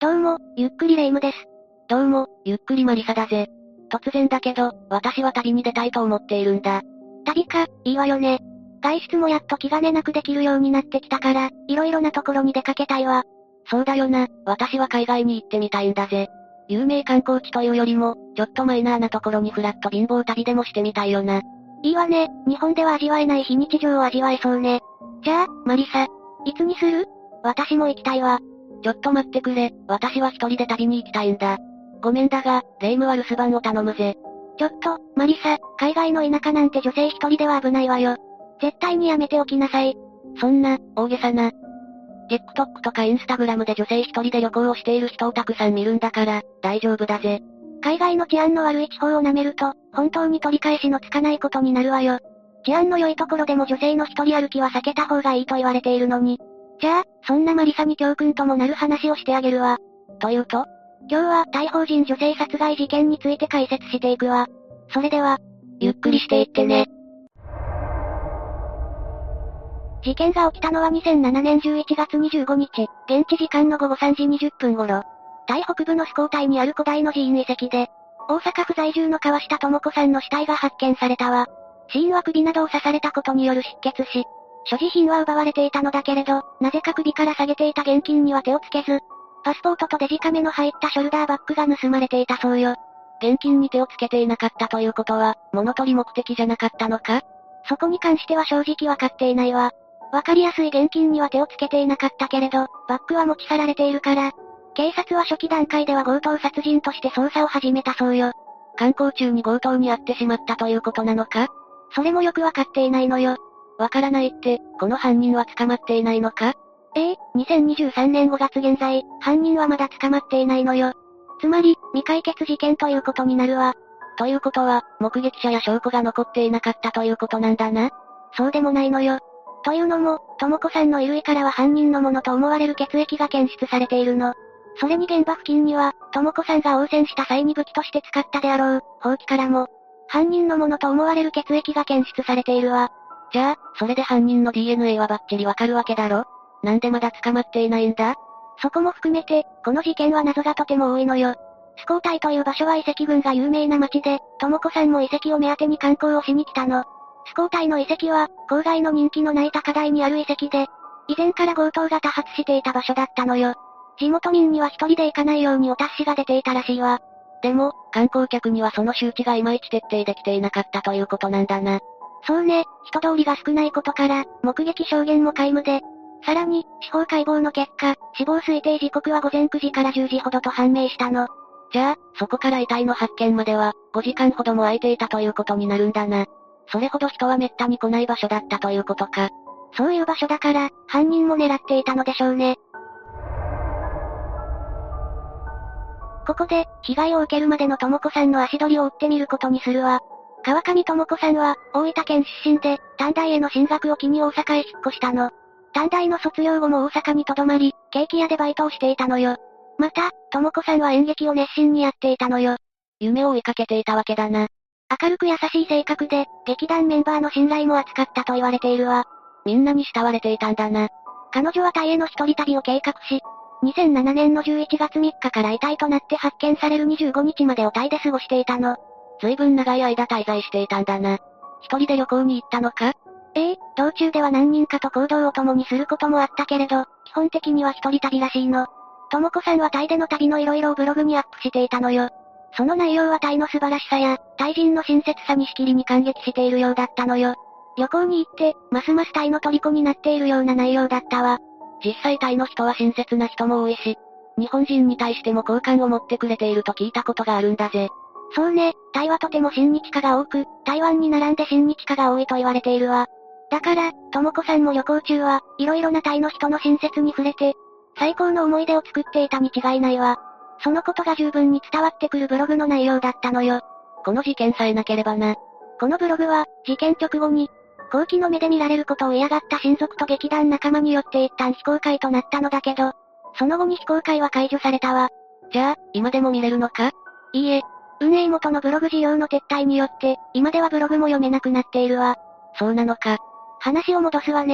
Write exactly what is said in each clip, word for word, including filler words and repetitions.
どうも、ゆっくりレ夢ムです。 どうも、ゆっくりマリサだぜ。突然だけど、私は旅に出たいと思っているんだ。 旅か、いいわよね。外出もやっと気兼ねなくできるようになってきたから、いろいろなところに出かけたいわ。 そうだよな、私は海外に行ってみたいんだぜ。有名観光地というよりも、ちょっとマイナーなところにフラッと貧乏旅でもしてみたいよな。 いいわね、日本では味わえない非日常を味わえそうね。じゃあ、マリサ、いつにする？私も行きたいわ。 ちょっと待ってくれ、私は一人で旅に行きたいんだ。ごめんだが、レ夢ムは留守番を頼むぜ。 ちょっと、マリサ、海外の田舎なんて女性一人では危ないわよ。絶対にやめておきなさい。 そんな、大げさな。TikTok とか Instagram で女性一人で旅行をしている人をたくさん見るんだから、大丈夫だぜ。 海外の治安の悪い地方を舐めると、本当に取り返しのつかないことになるわよ。治安の良いところでも女性の一人歩きは避けた方がいいと言われているのに。じゃあ、そんなマリサに教訓ともなる話をしてあげるわ。 というと？ 今日は大法人女性殺害事件について解説していくわ。それでは、 ゆっくりしていってね。 事件が起きたのはにせんななねんじゅういちがつにじゅうごにち、現地時間のごごさんじにじゅっぷん頃。タイ北部のスコータイにある古代の寺院遺跡で、大阪府在住の川下智子さんの死体が発見されたわ。死因は首などを刺されたことによる失血死。所持品は奪われていたのだけれど、なぜか首から下げていた現金には手をつけず、パスポートとデジカメの入ったショルダーバッグが盗まれていたそうよ。 現金に手をつけていなかったということは、物取り目的じゃなかったのか？ そこに関しては正直わかっていないわ。わかりやすい現金には手をつけていなかったけれど、バッグは持ち去られているから、警察は初期段階では強盗殺人として捜査を始めたそうよ。 観光中に強盗に遭ってしまったということなのか？ それもよくわかっていないのよ。 わからないって、この犯人は捕まっていないのか？ ええ、にせんにじゅうさんねんごがつ現在、犯人はまだ捕まっていないのよ。つまり、未解決事件ということになるわ。 ということは、目撃者や証拠が残っていなかったということなんだな。 そうでもないのよ。というのも、智子さんの衣類からは犯人のものと思われる血液が検出されているの。それに現場付近には、智子さんが応戦した際に武器として使ったであろう、砲器からも、犯人のものと思われる血液が検出されているわ。 じゃあ、それで犯人の ディーエヌエー はバッチリわかるわけだろ？なんでまだ捕まっていないんだ？ そこも含めて、この事件は謎がとても多いのよ。スコータイという場所は遺跡群が有名な町で、智子さんも遺跡を目当てに観光をしに来たの。スコータイの遺跡は、郊外の人気のない高台にある遺跡で、以前から強盗が多発していた場所だったのよ。地元民には一人で行かないようにお達しが出ていたらしいわ。 でも、観光客にはその周知がいまいち徹底できていなかったということなんだな。 そうね、人通りが少ないことから、目撃証言も皆無で、さらに、司法解剖の結果、死亡推定時刻はごぜんくじからじゅうじほどと判明したの。 じゃあ、そこから遺体の発見までは、ごじかんほども空いていたということになるんだな。それほど人は滅多に来ない場所だったということか。 そういう場所だから、犯人も狙っていたのでしょうね。ここで、被害を受けるまでの智子さんの足取りを追ってみることにするわ。川上智子さんは、大分県出身で、短大への進学を機に大阪へ引っ越したの。短大の卒業後も大阪に留まり、ケーキ屋でバイトをしていたのよ。また、智子さんは演劇を熱心にやっていたのよ。 夢を追いかけていたわけだな。 明るく優しい性格で、劇団メンバーの信頼も厚かったと言われているわ。 みんなに慕われていたんだな。 彼女はタイへの一人旅を計画し、にせんななねんのじゅういちがつみっかから遺体となって発見されるにじゅうごにちまでをタイで過ごしていたの。 随分長い間滞在していたんだな。一人で旅行に行ったのか？ ええ、道中では何人かと行動を共にすることもあったけれど、基本的には一人旅らしいの。智子さんはタイでの旅の色々をブログにアップしていたのよ。その内容はタイの素晴らしさや、タイ人の親切さにしきりに感激しているようだったのよ。旅行に行って、ますますタイの虜になっているような内容だったわ。 実際タイの人は親切な人も多いし、日本人に対しても好感を持ってくれていると聞いたことがあるんだぜ。 そうね、タイはとても親日家が多く、台湾に並んで親日家が多いと言われているわ。だから、智子さんも旅行中は、色々なタイの人の親切に触れて、最高の思い出を作っていたに違いないわ。そのことが十分に伝わってくるブログの内容だったのよ。 この事件さえなければな。 このブログは、事件直後に、好奇の目で見られることを嫌がった親族と劇団仲間によって一旦非公開となったのだけど、その後に非公開は解除されたわ。 じゃあ、今でも見れるのか？ いいえ。運営元のブログ事業の撤退によって、今ではブログも読めなくなっているわ。 そうなのか。 話を戻すわね。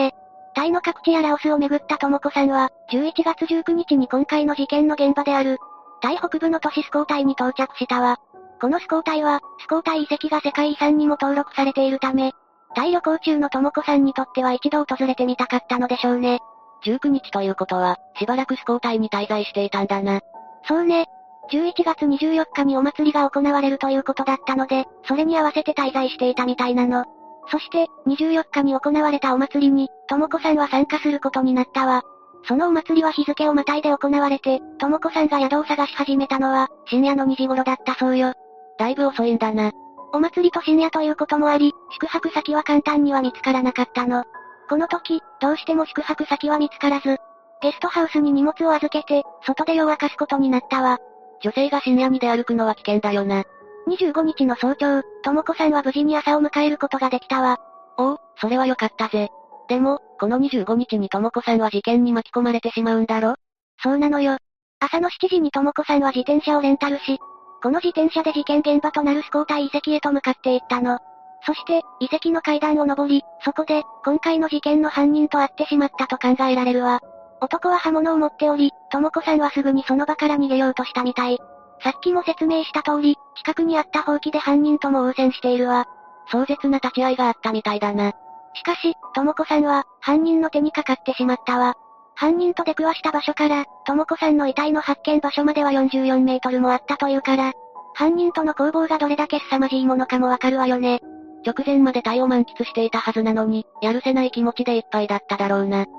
タイの各地やラオスを巡った智子さんは、じゅういちがつじゅうくにちに今回の事件の現場である、タイ北部の都市スコータイに到着したわ。このスコータイは、スコータイ遺跡が世界遺産にも登録されているため、タイ旅行中の智子さんにとっては一度訪れてみたかったのでしょうね。 じゅうくにちということは、しばらくスコータイに滞在していたんだな。 そうね。じゅういちがつにじゅうよっかにお祭りが行われるということだったので、それに合わせて滞在していたみたいなの。そして、にじゅうよっかに行われたお祭りに、智子さんは参加することになったわ。そのお祭りは日付をまたいで行われて、智子さんが宿を探し始めたのは、深夜のにじ頃だったそうよ。 だいぶ遅いんだな。 お祭りと深夜ということもあり、宿泊先は簡単には見つからなかったの。この時、どうしても宿泊先は見つからず、ゲストハウスに荷物を預けて、外で夜を明かすことになったわ。 女性が深夜に出歩くのは危険だよな。 にじゅうごにちの早朝、智子さんは無事に朝を迎えることができたわ。 おお、それは良かったぜ。でも、このにじゅうごにちに智子さんは事件に巻き込まれてしまうんだろ？ そうなのよ。朝のしちじに智子さんは自転車をレンタルし、この自転車で事件現場となるスコータイ遺跡へと向かっていったの。そして、遺跡の階段を登り、そこで、今回の事件の犯人と会ってしまったと考えられるわ。男は刃物を持っており、智子さんはすぐにその場から逃げようとしたみたい。さっきも説明した通り、近くにあったほうきで犯人とも応戦しているわ。 壮絶な立ち合いがあったみたいだな。 しかし、智子さんは、犯人の手にかかってしまったわ。犯人と出くわした場所から、智子さんの遺体の発見場所まではよんじゅうよんメートルもあったというから、犯人との攻防がどれだけ凄まじいものかもわかるわよね。 直前までタイを満喫していたはずなのに、やるせない気持ちでいっぱいだっただろうな。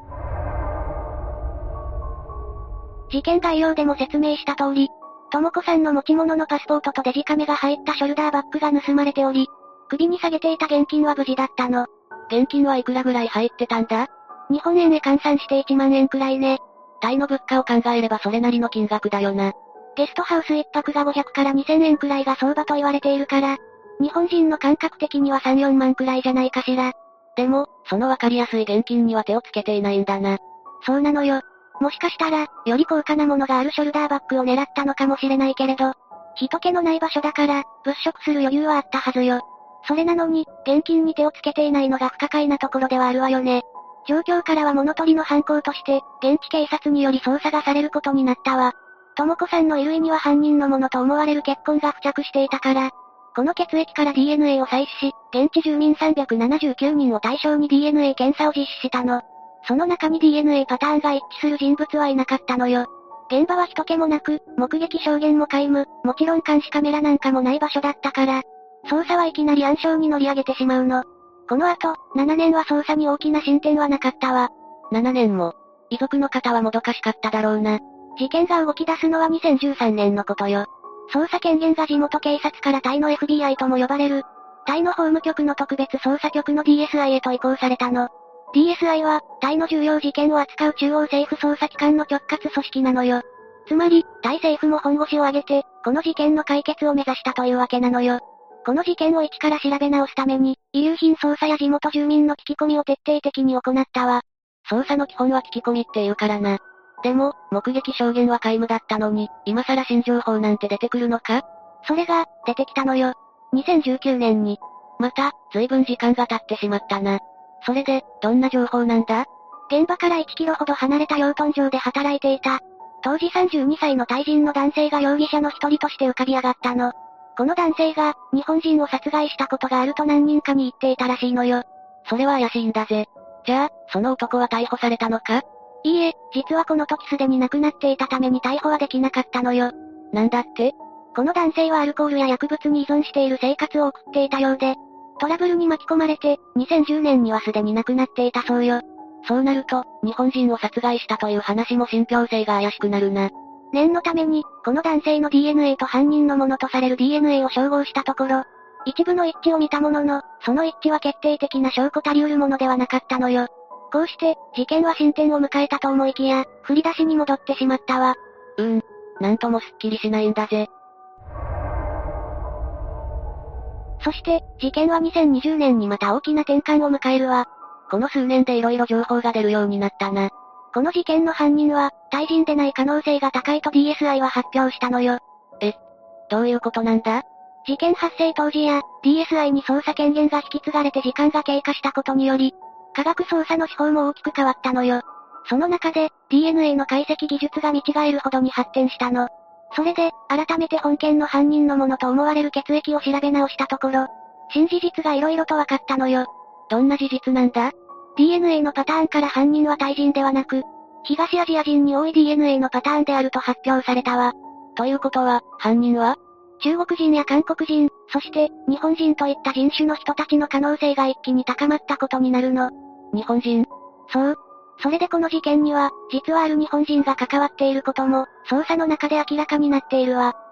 事件概要でも説明した通り、智子さんの持ち物のパスポートとデジカメが入ったショルダーバッグが盗まれており、首に下げていた現金は無事だったの。 現金はいくらぐらい入ってたんだ？ 日本円へ換算していちまんえんくらいね。 タイの物価を考えればそれなりの金額だよな。 ゲストハウス一泊がごひゃくからにせんえんくらいが相場と言われているから、日本人の感覚的にはさん、よんまんくらいじゃないかしら。 でも、そのわかりやすい現金には手をつけていないんだな。 そうなのよ。もしかしたら、より高価なものがあるショルダーバッグを狙ったのかもしれないけれど、人気のない場所だから、物色する余裕はあったはずよ。それなのに、現金に手をつけていないのが不可解なところではあるわよね。状況からは物取りの犯行として、現地警察により捜査がされることになったわ。智子さんの衣類には犯人のものと思われる血痕が付着していたから、この血液から ディーエヌエー を採取し、現地住民さんびゃくななじゅうきゅうにんを対象に ディーエヌエー 検査を実施したの。その中に ディーエヌエー パターンが一致する人物はいなかったのよ。現場は人気もなく、目撃証言も皆無、もちろん監視カメラなんかもない場所だったから、捜査はいきなり暗礁に乗り上げてしまうの。この後、ななねんは捜査に大きな進展はなかったわ。 ななねんも。遺族の方はもどかしかっただろうな。 事件が動き出すのはにせんじゅうさんねんのことよ。捜査権限が地元警察からタイの エフビーアイ とも呼ばれる、タイの法務局の特別捜査局の ディーエスアイ へと移行されたの。ディーエスアイ は、タイの重要事件を扱う中央政府捜査機関の直轄組織なのよ。つまり、タイ政府も本腰を挙げて、この事件の解決を目指したというわけなのよ。この事件を一から調べ直すために、遺留品捜査や地元住民の聞き込みを徹底的に行ったわ。 捜査の基本は聞き込みって言うからな。でも、目撃証言は皆無だったのに、今更新情報なんて出てくるのか？ それが、出てきたのよ。にせんじゅうきゅうねんに。 また、随分時間が経ってしまったな。それで、どんな情報なんだ？ 現場からいちキロほど離れた養豚場で働いていた。当時さんじゅうにさいのタイ人の男性が容疑者の一人として浮かび上がったの。この男性が、日本人を殺害したことがあると何人かに言っていたらしいのよ。 それは怪しいんだぜ。じゃあ、その男は逮捕されたのか？ いいえ、実はこの時すでに亡くなっていたために逮捕はできなかったのよ。 なんだって？ この男性はアルコールや薬物に依存している生活を送っていたようで、トラブルに巻き込まれて、にせんじゅうねんにはすでに亡くなっていたそうよ。 そうなると、日本人を殺害したという話も信憑性が怪しくなるな。 念のために、この男性の ディーエヌエー と犯人のものとされる ディーエヌエー を照合したところ、一部の一致を見たものの、その一致は決定的な証拠たり得るものではなかったのよ。こうして、事件は進展を迎えたと思いきや、振り出しに戻ってしまったわ。 うーん、なんともすっきりしないんだぜ。 そして、事件はにせんにじゅうねんにまた大きな転換を迎えるわ。 この数年で色々情報が出るようになったな。 この事件の犯人は、タイ人でない可能性が高いと ディーエスアイ は発表したのよ。 え、どういうことなんだ？ 事件発生当時や、ディーエスアイ に捜査権限が引き継がれて時間が経過したことにより、 科学捜査の手法も大きく変わったのよ。その中で、ディーエヌエー の解析技術が見違えるほどに発展したの。それで、改めて本件の犯人のものと思われる血液を調べ直したところ、新事実が色々と分かったのよ。 どんな事実なんだ？ ディーエヌエー のパターンから犯人はタイ人ではなく、東アジア人に多い ディーエヌエー のパターンであると発表されたわ。 ということは、犯人は中国人や韓国人、そして、日本人といった人種の人たちの可能性が一気に高まったことになるの。 日本人？ そう。それでこの事件には、実はある日本人が関わっていることも、捜査の中で明らかになっているわ。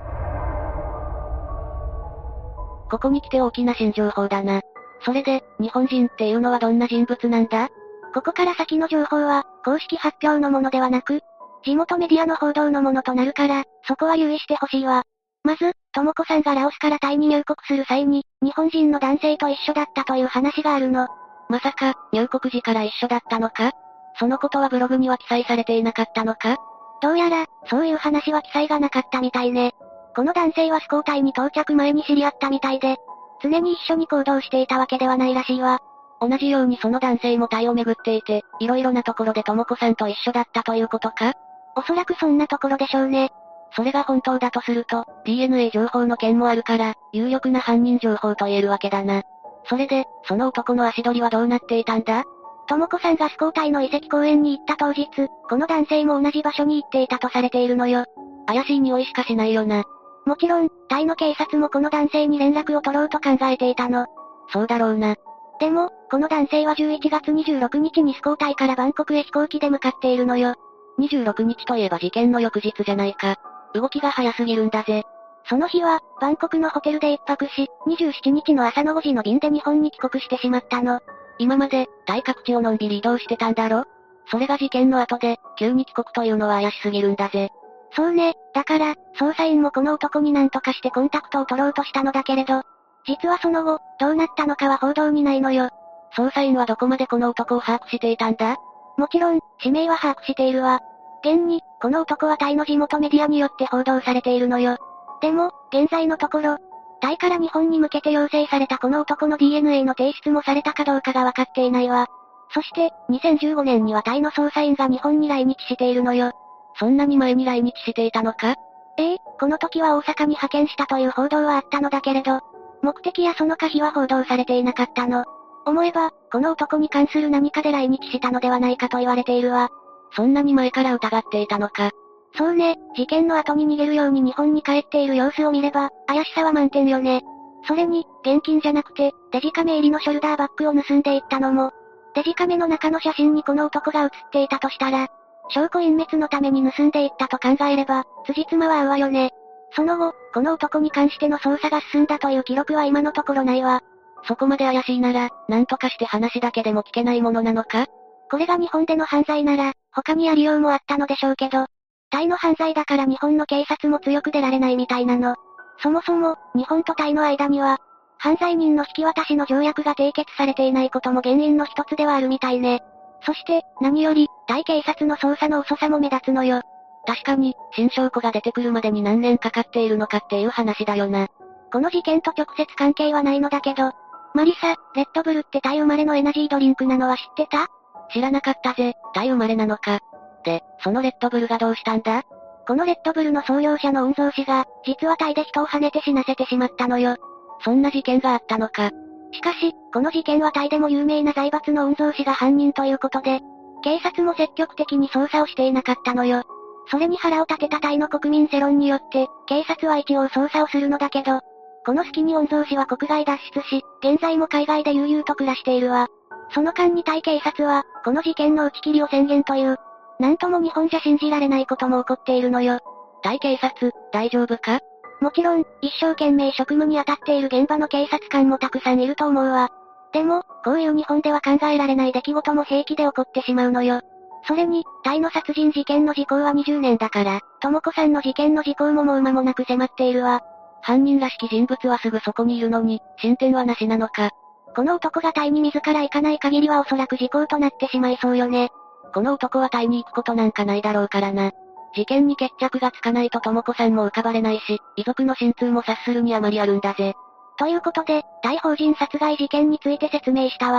ここに来て大きな新情報だな。それで、日本人っていうのはどんな人物なんだ？ ここから先の情報は、公式発表のものではなく、地元メディアの報道のものとなるから、そこは留意してほしいわ。まず、ともこさんがラオスからタイに入国する際に、日本人の男性と一緒だったという話があるの。 まさか、入国時から一緒だったのか？そのことはブログには記載されていなかったのか？ どうやら、そういう話は記載がなかったみたいね。この男性はスコータイに到着前に知り合ったみたいで、常に一緒に行動していたわけではないらしいわ。 同じようにその男性もタイを巡っていて、いろいろなところでともこさんと一緒だったということか？ おそらくそんなところでしょうね。 それが本当だとすると、ディーエヌエー 情報の件もあるから、有力な犯人情報と言えるわけだな。それで、その男の足取りはどうなっていたんだ？ ともこさんがスコータイの遺跡公園に行った当日、この男性も同じ場所に行っていたとされているのよ。 怪しい匂いしかしないよな。 もちろん、タイの警察もこの男性に連絡を取ろうと考えていたの。 そうだろうな。 でも、この男性はじゅういちがつにじゅうろくにちにスコータイからバンコクへ飛行機で向かっているのよ。 にじゅうろくにちといえば事件の翌日じゃないか。動きが早すぎるんだぜ。 その日は、バンコクのホテルで一泊し、にじゅうしちにちの朝のごじの便で日本に帰国してしまったの。 今まで、タイ各地をのんびり移動してたんだろ？それが事件の後で、急に帰国というのは怪しすぎるんだぜ。 そうね、だから、捜査員もこの男に何とかしてコンタクトを取ろうとしたのだけれど、実はその後、どうなったのかは報道にないのよ。 捜査員はどこまでこの男を把握していたんだ？ もちろん、氏名は把握しているわ。現に、この男はタイの地元メディアによって報道されているのよ。でも、現在のところ、タイから日本に向けて要請されたこの男の ディーエヌエー の提出もされたかどうかがわかっていないわ。そして、にせんじゅうごねんにはタイの捜査員が日本に来日しているのよ。 そんなに前に来日していたのか？ ええ、この時は大阪に派遣したという報道はあったのだけれど、目的やその可否は報道されていなかったの。思えば、この男に関する何かで来日したのではないかと言われているわ。 そんなに前から疑っていたのか？ そうね、事件の後に逃げるように日本に帰っている様子を見れば、怪しさは満点よね。それに、現金じゃなくて、デジカメ入りのショルダーバッグを盗んでいったのも、デジカメの中の写真にこの男が写っていたとしたら、証拠隠滅のために盗んでいったと考えれば、辻褄は合うわよね。その後、この男に関しての捜査が進んだという記録は今のところないわ。 そこまで怪しいなら、なんとかして話だけでも聞けないものなのか？ これが日本での犯罪なら、他にやりようもあったのでしょうけど、タイの犯罪だから日本の警察も強く出られないみたいなの。そもそも、日本とタイの間には、犯罪人の引き渡しの条約が締結されていないことも原因の一つではあるみたいね。そして、何より、タイ警察の捜査の遅さも目立つのよ。 確かに、新証拠が出てくるまでに何年かかっているのかっていう話だよな。 この事件と直接関係はないのだけど、マリサ、レッドブルってタイ生まれのエナジードリンクなのは知ってた？ 知らなかったぜ、タイ生まれなのか。で、そのレッドブルがどうしたんだ？ このレッドブルの創業者の御曹司が、実はタイで人を跳ねて死なせてしまったのよ。 そんな事件があったのか。 しかし、この事件はタイでも有名な財閥の御曹司が犯人ということで、警察も積極的に捜査をしていなかったのよ。それに腹を立てたタイの国民世論によって、警察は一応捜査をするのだけど、この隙に御曹司は国外脱出し、現在も海外で悠々と暮らしているわ。その間にタイ警察は、この事件の打ち切りを宣言という、なんとも日本じゃ信じられないことも起こっているのよ。 タイ警察、大丈夫か？ もちろん、一生懸命職務に当たっている現場の警察官もたくさんいると思うわ。でも、こういう日本では考えられない出来事も平気で起こってしまうのよ。それに、タイの殺人事件の時効はにじゅうねんだから、ともこさんの事件の時効ももう間もなく迫っているわ。 犯人らしき人物はすぐそこにいるのに、進展はなしなのか。 この男がタイに自ら行かない限りはおそらく時効となってしまいそうよね。 この男はタイに行くことなんかないだろうからな。事件に決着がつかないとともこさんも浮かばれないし、遺族の心痛も察するにあまりあるんだぜ。 ということで、タイ法人殺害事件について説明したわ。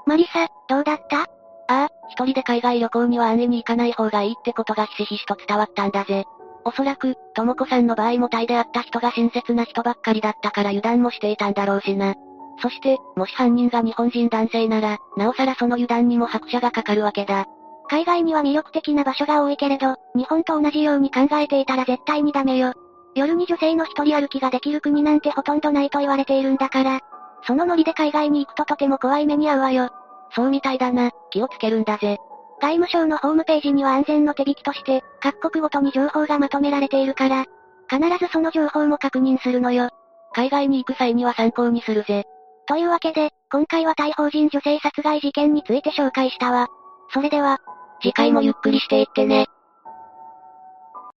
マリサ、どうだった？ ああ、一人で海外旅行には安易に行かない方がいいってことがひしひしと伝わったんだぜ。おそらく、ともこさんの場合もタイで会った人が親切な人ばっかりだったから油断もしていたんだろうしな。そして、もし犯人が日本人男性なら、なおさらその油断にも拍車がかかるわけだ。 海外には魅力的な場所が多いけれど、日本と同じように考えていたら絶対にダメよ。夜に女性の一人歩きができる国なんてほとんどないと言われているんだから、そのノリで海外に行くととても怖い目に遭うわよ。 そうみたいだな、気をつけるんだぜ。 外務省のホームページには安全の手引きとして、各国ごとに情報がまとめられているから、必ずその情報も確認するのよ。 海外に行く際には参考にするぜ。 というわけで、今回はタイ邦人女性殺害事件について紹介したわ。それでは、 次回もゆっくりしていってね。